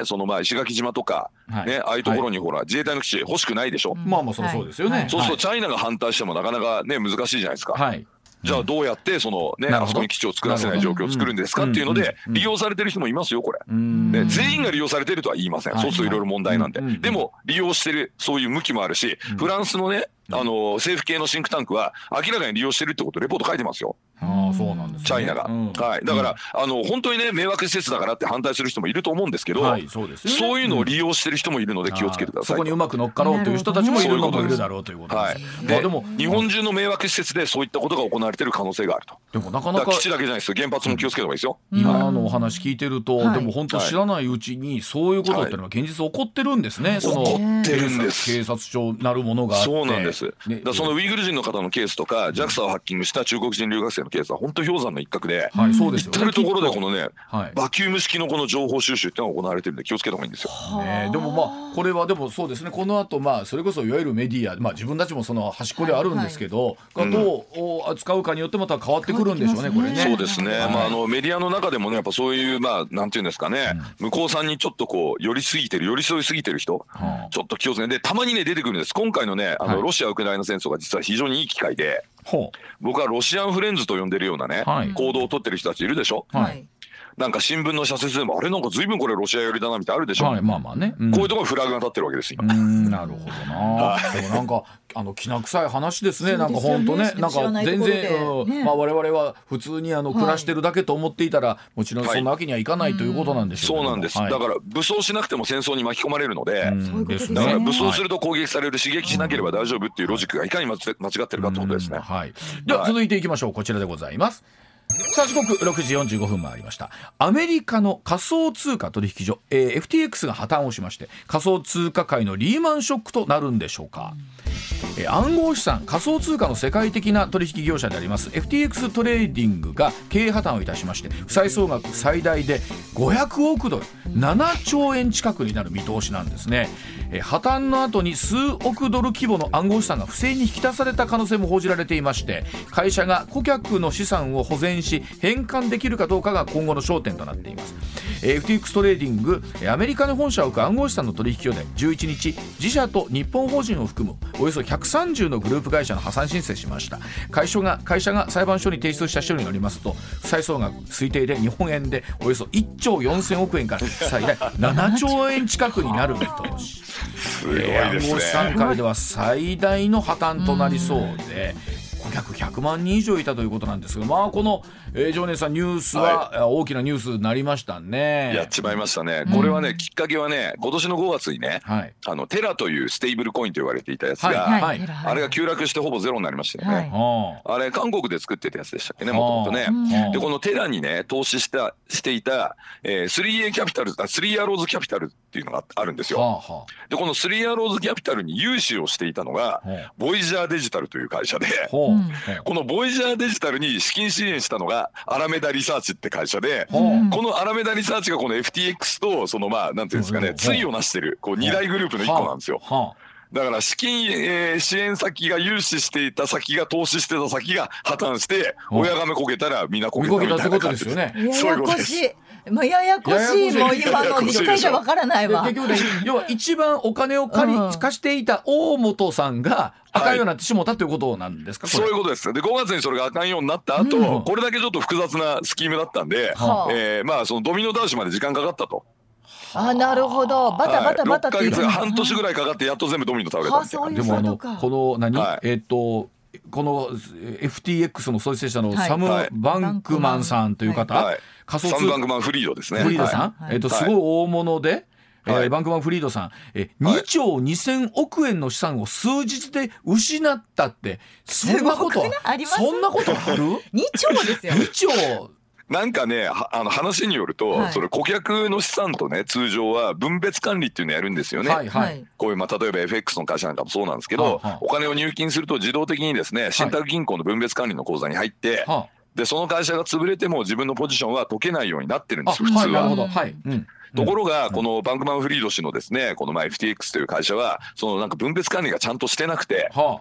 Speaker 4: そのまあ石垣島とか、はい、ね、ああいうところにほら、はい、自衛隊の基地欲しくないでしょ、
Speaker 1: うん、まあまあそうそうですよね、はい、
Speaker 4: そうするとチャイナが反対してもなかなかね難しいじゃないですか、はい、じゃあどうやってそのねあそこに基地を作らせない状況を作るんですかっていうので利用されてる人もいますよこれ、ね、全員が利用されてるとは言いません、そうするといろいろ問題なんで、でも利用してるそういう向きもあるし、フランスのねあの政府系のシンクタンクは明らかに利用してるってことレポート書いてますよ。
Speaker 1: ああそうなんですね、
Speaker 4: チャイナが、うん、はい、だから、うん、あの本当にね迷惑施設だからって反対する人もいると思うんですけど、はい、そうですよね、そういうのを利用してる人もいるので気をつけてください、
Speaker 1: そこにうまく乗っかろうという人たちもいるのもいるだろうということです、
Speaker 4: はい、で、でも日本中の迷惑施設でそういったことが行われてる可能性があると。
Speaker 1: でもなかなか
Speaker 4: 基地だけじゃないですよ、原発も気をつけた方がいいですよ、
Speaker 1: うん、今のお話聞いてると、はい、でも本当知らないうちにそういうことっていうのは現実起こってるんですね、はい、その
Speaker 4: 起こってるんです、
Speaker 1: 警察署なるものがあって、
Speaker 4: そうなんです、ね、だそのウイグル人の方のケースとか ジャクサ をハッキングした中国人留学生のケースは本当氷山の一角で、はい、そうですよね、至るところでこのね、はい、バキューム式のこの情報収集っていうのが行われてるんで気をつけた方がいいんですよ、
Speaker 1: ね、でもまあこれはでもそうですね、この後まあそれこそいわゆるメディア、まあ、自分たちもその端っこではあるんですけど、はいはい、がどう扱うかによってまた変わってくるんでしょうね、これね。
Speaker 4: そうですね、はい、まあ、あのメディアの中でもねやっぱそういうまあなんていうんですかね、うん、向こうさんにちょっとこう寄りすぎてる寄り添いすぎてる人、うん、ちょっと気をつけて、でたまにね出てくるんです。今回のねあの、はい、ロシアウクライナ戦争が実は非常にいい機会で、僕はロシアンフレンズと呼んでるようなね、はい、行動を取ってる人たちいるでしょ、はい、なんか新聞の社説でもあれなんか随分これロシア寄りだなみたいなあるでしょ、はい、まあまあね、うん、こういうところにフラグが立ってるわけですよ。
Speaker 1: うん、なるほどなでもなんかあのきな臭い話ですね、なんか本当ね、なんか全然、うんね、まあ、我々は普通にあの暮らしてるだけと思っていたら、はい、もちろんそんなわけにはいかない、はい、ということなんでしょう、
Speaker 4: そうなんです、はい、だから武装しなくても戦争に巻き込まれるので、だから武装すると攻撃される、刺激しなければ大丈夫っていうロジックがいかに間違ってるかってことですね、
Speaker 1: はい、では続いていきましょう、こちらでございます。さあ時刻ろくじよんじゅうごふん回りました。アメリカの仮想通貨取引所、えー、エフティーエックス が破綻をしまして、仮想通貨界のリーマンショックとなるんでしょうか。えー、暗号資産仮想通貨の世界的な取引業者であります エフティーエックス トレーディングが経営破綻をいたしまして、負債総額最大でごひゃくおくドル、ななちょうえん近くになる見通しなんですね。えー、破綻の後に数億ドル規模の暗号資産が不正に引き出された可能性も報じられていまして、会社が顧客の資産を保全し返還できるかどうかが今後の焦点となっています。 エフティーエックス トレーディング、アメリカに本社を置く暗号資産の取引所でじゅういちにち、自社と日本法人を含むおよそひゃくさんじゅうのグループ会社の破産申請しました。会社が会社が裁判所に提出した資料によりますと、負債総額推定で日本円でおよそいっちょうよんせんおくえんから最大ななちょうえん近くになる見通し
Speaker 4: すごいですね。
Speaker 1: 暗号資産界では最大の破綻となりそうで、顧客ひゃくまんにん以上いたということなんですが、まあこの、えー、常念さんニュースは、はい、大きなニュースになりましたね。
Speaker 4: やっちまいましたね。これはね、うん、きっかけはね、今年のごがつにね、はい、あのテラというステーブルコインと言われていたやつが、はいはい、あれが急落してほぼゼロになりましたよね、はい、あれ韓国で作ってたやつでしたっけね、もともとね、うん、でこのテラにね投資したしていた、えー、スリーエー キャピタル、スリーアローズキャピタルっていうのがあるんですよ、はあはあ、でこのスリーアローズキャピタルに融資をしていたのが、はあ、ボイジャーデジタルという会社で、はあ、このボイジャーデジタルに資金支援したのがアラメダリサーチって会社で、はあ、このアラメダリサーチがこの エフティーエックス とそのまあなんていうんですかね、対をなしてるこうに大グループのいっこなんですよ、はあはあ、だから資金、えー、支援先が融資していた先が投資してた先が破綻して親がめこけたらみんなこけたみたいな感じですよね。
Speaker 2: そういうことです。もうややこしい、もう今の理解じゃわからないわ。
Speaker 1: 結局ね、要は一番お金を借り、うん、貸していた大本さんがあかんようになってしもたということなんですか、
Speaker 4: はい、そういうことです。でごがつにそれがあかんようになった後、うん、これだけちょっと複雑なスキームだったんで、はあ、えー、まあそのドミノ倒しまで時間かかったと。
Speaker 2: あ、なるほど。バタバタバタって、はい、ろっかげつ
Speaker 4: 半年ぐらいかかってやっと全部ドミノ倒れたんですよ。
Speaker 1: でもあのこの何、はい、えっ、ー、とこの エフティーエックス の創設者のサム・バンクマンさんという方、はいはい、
Speaker 4: 仮想通貨サム・バンクマン・フリードですね。
Speaker 1: フリードさん、はい、えっ、ー、とすごい大物で、はい、えー、バンクマン・フリードさん、えにちょうにせんおくえんの資産を数日で失ったって、そんなことあります？そんなことある？
Speaker 2: にちょうですよ。
Speaker 1: にちょう
Speaker 4: なんかね、あの話によると、はい、それ顧客の資産とね通常は分別管理っていうのをやるんですよね、はいはい、こういう、まあ、例えば エフエックス の会社なんかもそうなんですけど、はあはあ、お金を入金すると自動的にですね信託銀行の分別管理の口座に入って、はい、でその会社が潰れても自分のポジションは解けないようになってるんですよ普通は。なるほど、はい、うん、ところがこのバンクマン・フリード氏のですねこのまあ エフティーエックス という会社はそのなんか分別管理がちゃんとしてなくて、はあ、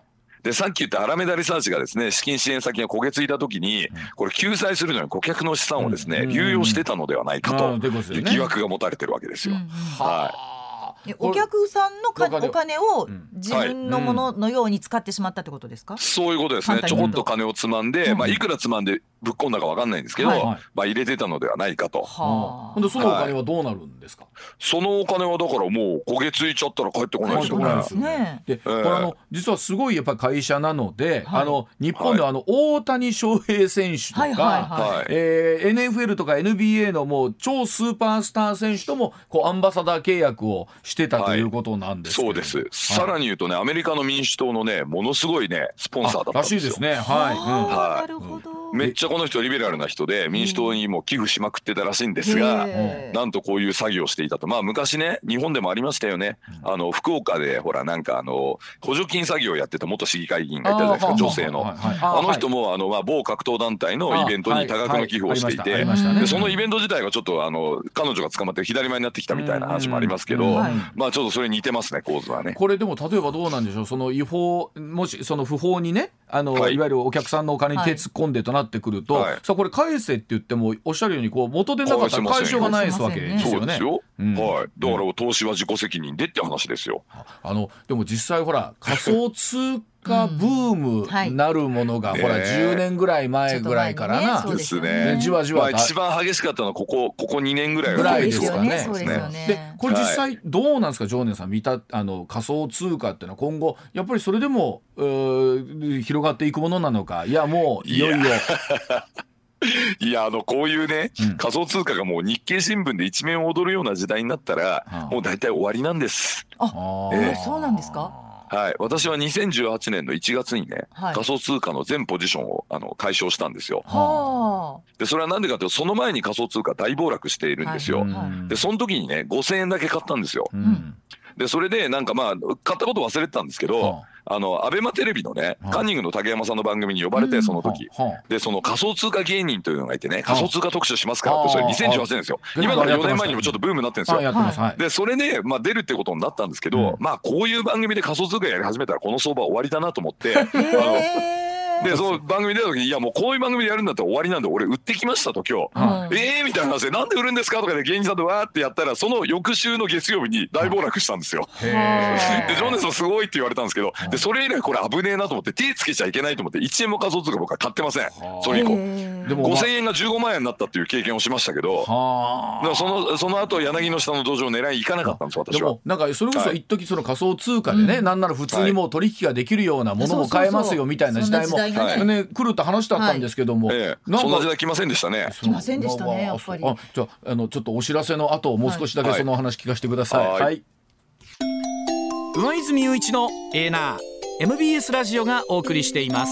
Speaker 4: でさっき言ったアラメダリサーチがですね、資金支援先が焦げついた時に、これ救済するのに顧客の資産をですね、流用してたのではないかという疑惑が持たれてるわけですよ。はい。
Speaker 2: お客さんのお金を自分のもののように使ってしまったってことですか？
Speaker 4: そういうことですね。ちょこっと金をつまんで、まあいくらつまんでぶっ込んだかわかんないんですけど、はい、まあ入れてたのではないかと。
Speaker 1: はあ、でそのお金はどうなるんですか？はい、
Speaker 4: そのお金はだからもう焦げついちゃったら帰ってこないですよね。
Speaker 1: ですね。で、えー、これあの実はすごいやっぱり会社なので、はい、あの日本ではあの、はい、大谷翔平選手とか、はいはいはい、えー、エヌエフエル とか エヌビーエー のもう超スーパースター選手ともこうアンバサダー契約をしてたということなんですけど、
Speaker 4: はい、そうです。さらに言うとね、アメリカの民主党のねものすごいねスポンサーだったんですよ。
Speaker 1: らしいですね。はい。うん、
Speaker 2: はい、なるほど。
Speaker 4: めっちゃこの人リベラルな人で民主党にも寄付しまくってたらしいんですが、なんとこういう詐欺をしていたと。まあ昔ね日本でもありましたよね。あの福岡でほらなんかあの補助金詐欺をやってた元市議会議員がいたじゃないですか、女性の。あの人もあのまあ某格闘団体のイベントに多額の寄付をしていて、でそのイベント自体がちょっとあの彼女が捕まって左前になってきたみたいな話もありますけど、まあちょっとそれ似てますね、構図はね。
Speaker 1: これでも例えばどうなんでしょう、その違法もしその不法にねあの、はい、いわゆるお客さんのお金に手突っ込んでとなってくると、はい、さあこれ返せって言ってもおっしゃるようにこう元でなかったら返しようがないですわけですよね。
Speaker 4: そうですよ、うん、はい。だから投資は自己責任でって話ですよ。
Speaker 1: あのでも実際ほら仮想通貨ブームなるものが、うん、ほら、ね、じゅうねんぐらい前ぐらいからな、
Speaker 4: ね、ですね。
Speaker 1: じわじわ、
Speaker 4: まあ、一番激しかったのはここここにねんぐらい
Speaker 1: ぐらいですよね。そうですよね。でこれ実際どうなんですか、常念さん見たあの仮想通貨っていうのは今後やっぱりそれでも広がっていくものなのか、いやもういよいよ
Speaker 4: いやあのこういうね、うん、仮想通貨がもう日経新聞で一面を踊るような時代になったら、はあ、もう大体終わりなんです。
Speaker 2: あ、えー、そうなんですか。
Speaker 4: はい、私はにせんじゅうはちねんのいちがつにね、はい、仮想通貨の全ポジションをあの解消したんですよ。はあ、でそれはなんでかというとその前に仮想通貨大暴落しているんですよ。はいはい、でその時にねごせんえんだけ買ったんですよ。うん、でそれでなんかまあ買ったこと忘れてたんですけど、はああのアベマテレビのね、はあ、カンニングの竹山さんの番組に呼ばれて、その時、うんはあ、でその仮想通貨芸人というのがいてね、仮想通貨特集しますからって、それにせんじゅうはちねんですよ。今からよねんまえにもちょっとブームになってるんですよ。はい、でそれで、まあ、出るってことになったんですけど、うん、まあこういう番組で仮想通貨やり始めたらこの相場終わりだなと思ってあのでその番組出た時に、いやもうこういう番組でやるんだったら終わりなんで俺売ってきましたと今日、うん、えーみたいな話で、なんで売るんですかとかで芸人さんとわーってやったら、その翌週の月曜日に大暴落したんですよ。でジョネさんすごいって言われたんですけど、でそれ以来これ危ねえなと思って手つけちゃいけないと思っていちえんも仮想通貨僕は買ってません。それ以降でもごせんえんがじゅうごまんえんになったっていう経験をしましたけど、でもそのその後柳の下の土壌を狙いに行かなかったんです私は。
Speaker 1: でもなんかそれこそ一時その仮想通貨でね、はい、なんなら普通にもう取引ができるようなものも買えますよみたいな時代もね来るって話だったんですけども、はい、
Speaker 4: ええ、そんな時代来ませんでしたね。
Speaker 2: 来ませんでしたね、やっぱり。
Speaker 1: あ、じゃあ、あのちょっとお知らせの後もう少しだけその話聞かせてください。はい、はい、
Speaker 3: 上泉雄一のエーナー エムビーエス ラジオがお送りしています。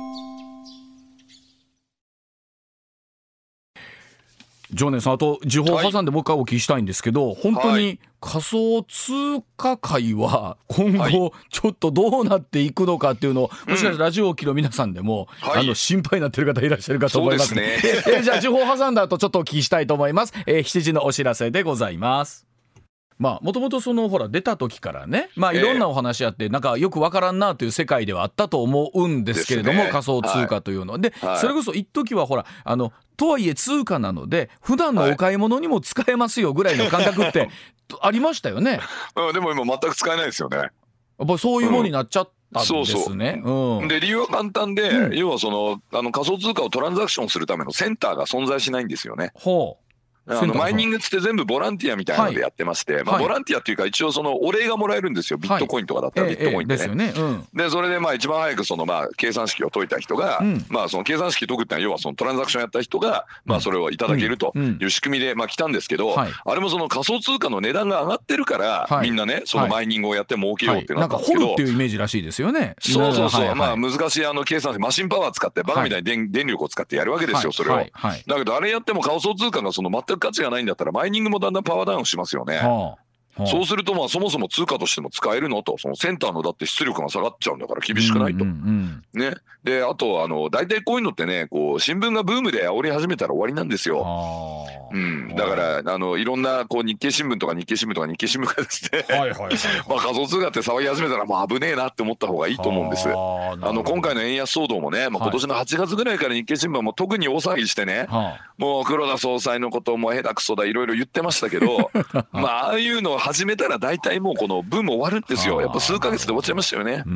Speaker 1: 常念さん、あと時報挟んでもう一回お聞きしたいんですけど、はい、本当に仮想通貨界は今後ちょっとどうなっていくのかっていうのを、はい、もしかしたらラジオを聴きの皆さんでも、うん、あの心配になってる方いらっしゃるかと思いますね。そうですね。えー、じゃあ時報挟んだ後ちょっとお聞きしたいと思います。えー、しちじのお知らせでございます。まあもともとそのほら出た時からね、まあいろんなお話あってなんかよくわからんなという世界ではあったと思うんですけれども、仮想通貨というので、それこそ一時はほらあのとはいえ通貨なので普段のお買い物にも使えますよぐらいの感覚ってありましたよね。
Speaker 4: でも今全く使えないですよね。や
Speaker 1: っぱそういうものになっちゃったんですね。そうそう、
Speaker 4: うん、で理由は簡単で、うん、要はそのあの仮想通貨をトランザクションするためのセンターが存在しないんですよね。ほう。あのマイニングつって全部ボランティアみたいなのでやってまして、はい、まあ、ボランティアっていうか一応そのお礼がもらえるんですよ。ビットコインとかだったらビットコインでね。でそれでまあ一番早くそのまあ計算式を解いた人が、うん、まあその計算式解くってのは要はそのトランザクションやった人がまあそれをいただけるという仕組みでまあ来たんですけど、はい、あれもその仮想通貨の値段が上がってるから、はい、みんなねそのマイニングをやって儲けようってなったんですけど、
Speaker 1: はいはい、なんか掘るっていうイメージらしいですよね。
Speaker 4: そうそうそう、はいはい、まあ難しいあの計算式マシンパワー使ってバカみたいに 電,、はい、電力を使ってやるわけですよ、それを、はいはいはい、だけどあれやっても仮想通貨がその全く価値がないんだったらマイニングもだんだんパワーダウンしますよね。はあ、 そうするとまあそもそも通貨としても使えるのと、そのセンターのだって出力が下がっちゃうんだから厳しくないと、うんうんうん、ね。であとあの大体こういうのってね、こう新聞がブームで煽り始めたら終わりなんですよ。うん、だからあのいろんなこう日経新聞とか日経新聞とか日経新聞がですね、はいはいはい、まあ仮想通貨って騒ぎ始めたらもう危ねえなって思った方がいいと思うんです。あの今回の円安騒動もね、まあ、今年のはちがつぐらいから日経新聞はもう特に大騒ぎしてね、はい、もう黒田総裁のことも下手くそだいろいろ言ってましたけどまあああいうのを始めたら大体もうこのブーム終わるんですよ。やっぱ数ヶ月で終わっちゃいましたよね。うん、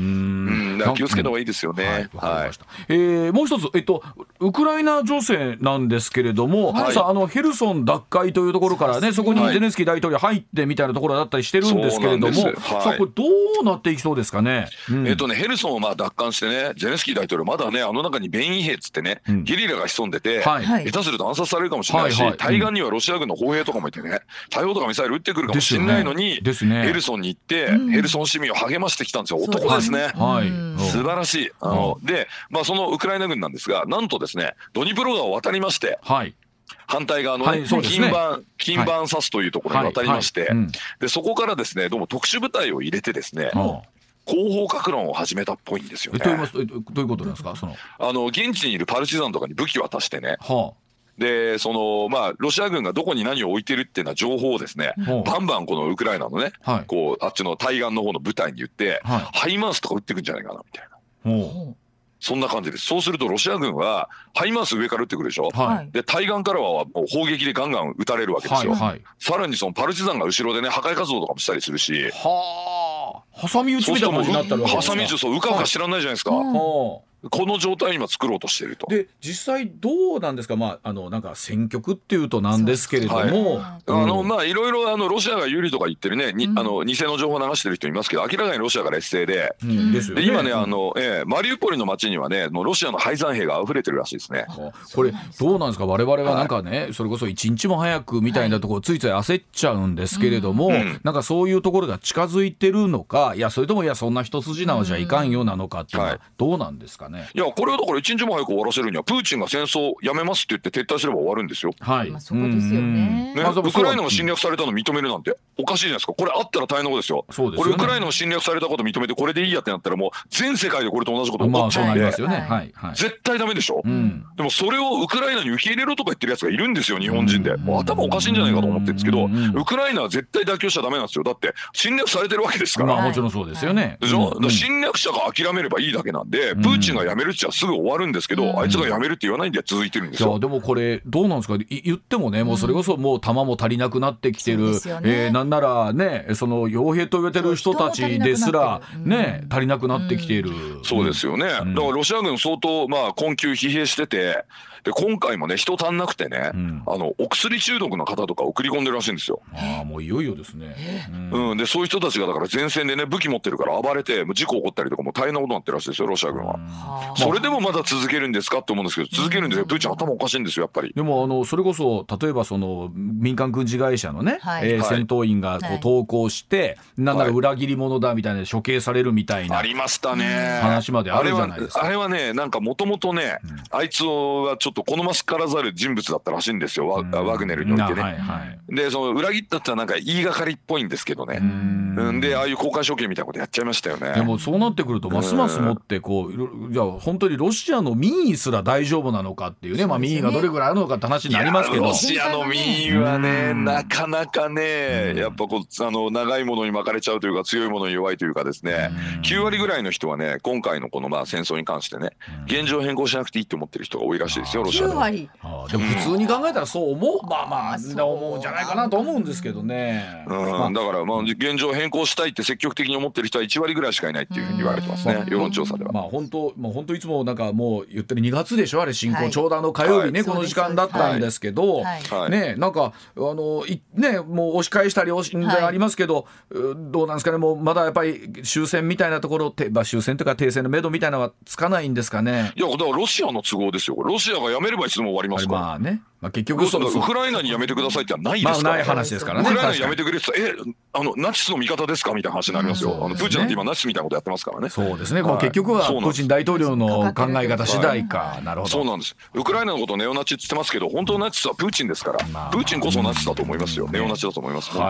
Speaker 4: だから気をつけた方がいいですよね。はい、はい、
Speaker 1: えー、もう一つ、えっと、ウクライナ情勢なんですけれども、はい、さあ、あのヘルソン奪回というところからね、そこにゼレンスキー大統領入ってみたいなところだったりしてるんですけれども、はい、さあこれどうなっていきそうですかね。
Speaker 4: うん、えっとねヘルソンをまあ奪還してね、ゼレンスキー大統領まだねあの中に便衣兵っつってね、うん、ゲリラが潜んでて、はい、下手すると暗殺されるかもしれないし、はいはい、対岸にはロシア軍の砲兵とかもいてね、大砲とかミサイル撃ってくるかもしれないのに、ですね、ヘルソンに行って、うん、ヘルソン市民を励ましてきたんですよ。男ですね。はい、素晴らしい。あので、まあ、そのウクライナ軍なんですが、なんとですねドニプロ川を渡りまして、はい、反対側の、ね、はい、金番金番サスというところに渡りまして、はいはいはい、うん、でそこからですねどうも特殊部隊を入れてですね、うん、後方か論を始めたっぽいんですよね。
Speaker 1: どういうどういうことなんですか。その
Speaker 4: あの現地にいるパルチザンとかに武器を渡してね、はあ、でそのまあロシア軍がどこに何を置いてるっていうのは情報をですね、はあ、バンバンこのウクライナのね、はい、こうあっちの対岸の方の部隊に言って、はい、ハイマースとか撃ってくんじゃないかなみたいな、はあ、そんな感じです。そうするとロシア軍はハイマース上から撃ってくるでしょ、はい、で対岸からはもう砲撃でガンガン撃たれるわけですよ、はいはい、さらにそのパルチザンが後ろでね破壊活動とかもしたりするし、
Speaker 1: はあ、挟み撃ちみたいな感じになったら
Speaker 4: 挟み撃ち、そううかうか知らないじゃないですか、はい、はあ、この状態を今作ろうとしていると。
Speaker 1: で実際どうなんですか。まああのなんか戦局っていうとなんですけれども、はい、
Speaker 4: あのまあいろいろあのロシアが有利とか言ってるね、に、うん、あの偽の情報を流してる人いますけど、明らかにロシアが劣勢で、うん、で、ね、今ねあの、えー、マリウポリの街にはねもうロシアの敗残兵が溢れてるらしいですね。
Speaker 1: これどうなんですか。我々はなんかね、はい、それこそ一日も早くみたいなところついつい焦っちゃうんですけれども、はい、うん、なんかそういうところが近づいてるのか、いやそれともいやそんな一筋縄じゃいかんよなのかっていうのはどうなんですかね。
Speaker 4: いやこれはだから一日も早く終わらせるにはプーチンが戦争やめますって言って撤退すれば終わるんですよ。
Speaker 2: はい、まあ、そこですよね。ね、
Speaker 4: ウクライナが侵略されたのを認めるなんておかしいじゃないですか。これあったら大変なことですよ。そうですよね。これウクライナが侵略されたこと認めてこれでいいやってなったらもう全世界でこれと同じこと起こっちゃうんで、まあそうなりますよね。はいはい、絶対ダメでしょ、うん、でもそれをウクライナに受け入れろとか言ってるやつがいるんですよ日本人で。もう頭おかしいんじゃないかと思ってるんですけど、ウクライナは絶対妥協しちゃダメなんですよ。だって侵略されてるわけですから。
Speaker 1: まあもちろんそうですよね。
Speaker 4: でしょ、うん、侵略者が諦めればいいだけなんで、プーチンがやめるっちゃすぐ終わるんですけど、うん、あいつがやめるって言わないんで続いてるんですよ。
Speaker 1: いやでもこれどうなんですか。言ってもねもうそれこそもう弾も足りなくなってきてる、うん、えー、なんならねその傭兵と言われてる人たちですらね足りなくなってきている、
Speaker 4: うん、そうですよね、うん、だからロシア軍相当まあ困窮疲弊してて、で今回もね人足んなくてね、うん、あのお薬中毒の方とか送り込んでるらしいんですよ。
Speaker 1: ああもういよいよですね、
Speaker 4: うん、でそういう人たちがだから前線でね武器持ってるから暴れて事故起こったりとかも大変なことになってるらしいですよロシア軍は。それでもまだ続けるんですかって思うんですけど、続けるんですよ。プーチン頭おかしいんですよやっぱり。
Speaker 1: でもあのそれこそ例えばその民間軍事会社のね、はい、えー、戦闘員がこう投降して、はい、なんなら裏切り者だみたいな処刑されるみたいな、
Speaker 4: はい、ありましたね
Speaker 1: 話まであるじゃないですか。
Speaker 4: あれは、あれはねなんかもともとね、うん、あいつはちょっと好ましからざる人物だったらしいんですよ、ワ, ワグネルにおいてね、はいはい、でその裏切ったってのはなんか言いがかりっぽいんですけどね、うん、でああいう公開処刑みたいなことやっちゃいましたよね。
Speaker 1: でもそうなってくるとますますもってこう、じゃあ本当にロシアの民意すら大丈夫なのかっていうね、まあ、民意がどれぐらいあるのかって話になりますけど、
Speaker 4: ロシアの民意はねなかなかねやっぱこうあの長いものに巻かれちゃうというか強いものに弱いというかですね、きゅうわりぐらいの人はね今回のこのまあ戦争に関してね現状変更しなくていいって思ってる人が多いらしいですよロシアで。きゅうわり
Speaker 1: あでも普通に考えたらそう思う、まあまあ思うんじゃないかなと思うんですけどね、
Speaker 4: うん、まあ、だからまあ現状変更したいって積極的に思ってる人はいちわりぐらいしかいないっていうふうに言われてますね、世論調査では。
Speaker 1: まあ本当もう本当いつもなんかもう言ってるにがつでしょあれ侵攻、はい、ちょうどあの火曜日ね、はい、この時間だったんですけど、はい、ねなんかあのいねもう押し返したり押しありますけど、はい、どうなんですかね、もうまだやっぱり終戦みたいなところて、まあ、終戦というか停戦の目処みたいなのはつかないんですかね。
Speaker 4: いやだからロシアの都合ですよ。ロシアがやめればいつでも終わりますから。
Speaker 1: まあね、まあ、結局その
Speaker 4: ウクライナにやめてくださいってはないですから、ね、まあ、ない
Speaker 1: 話ですからね。
Speaker 4: ウクライナにやめてくれって言ったらえあのナチスの味方ですかみたいな話になりますよ、うん、あのプーチンって今ナチスみたいなことやってますからね。
Speaker 1: そうですね、もう結局はプーチン大統領の考え方次第か、はい、なるほど。
Speaker 4: そうなんです。ウクライナのことをネオナチって言ってますけど本当のナチスはプーチンですから、まあ、プーチンこそナチスだと思いますよ、ね、ネオナチだと思います本当に、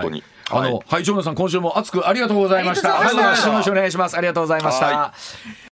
Speaker 1: あのはい、長野さん今週も熱くありがとうございました。
Speaker 2: ありがとうございました。
Speaker 1: よろしくお願いします。ありがとうございました。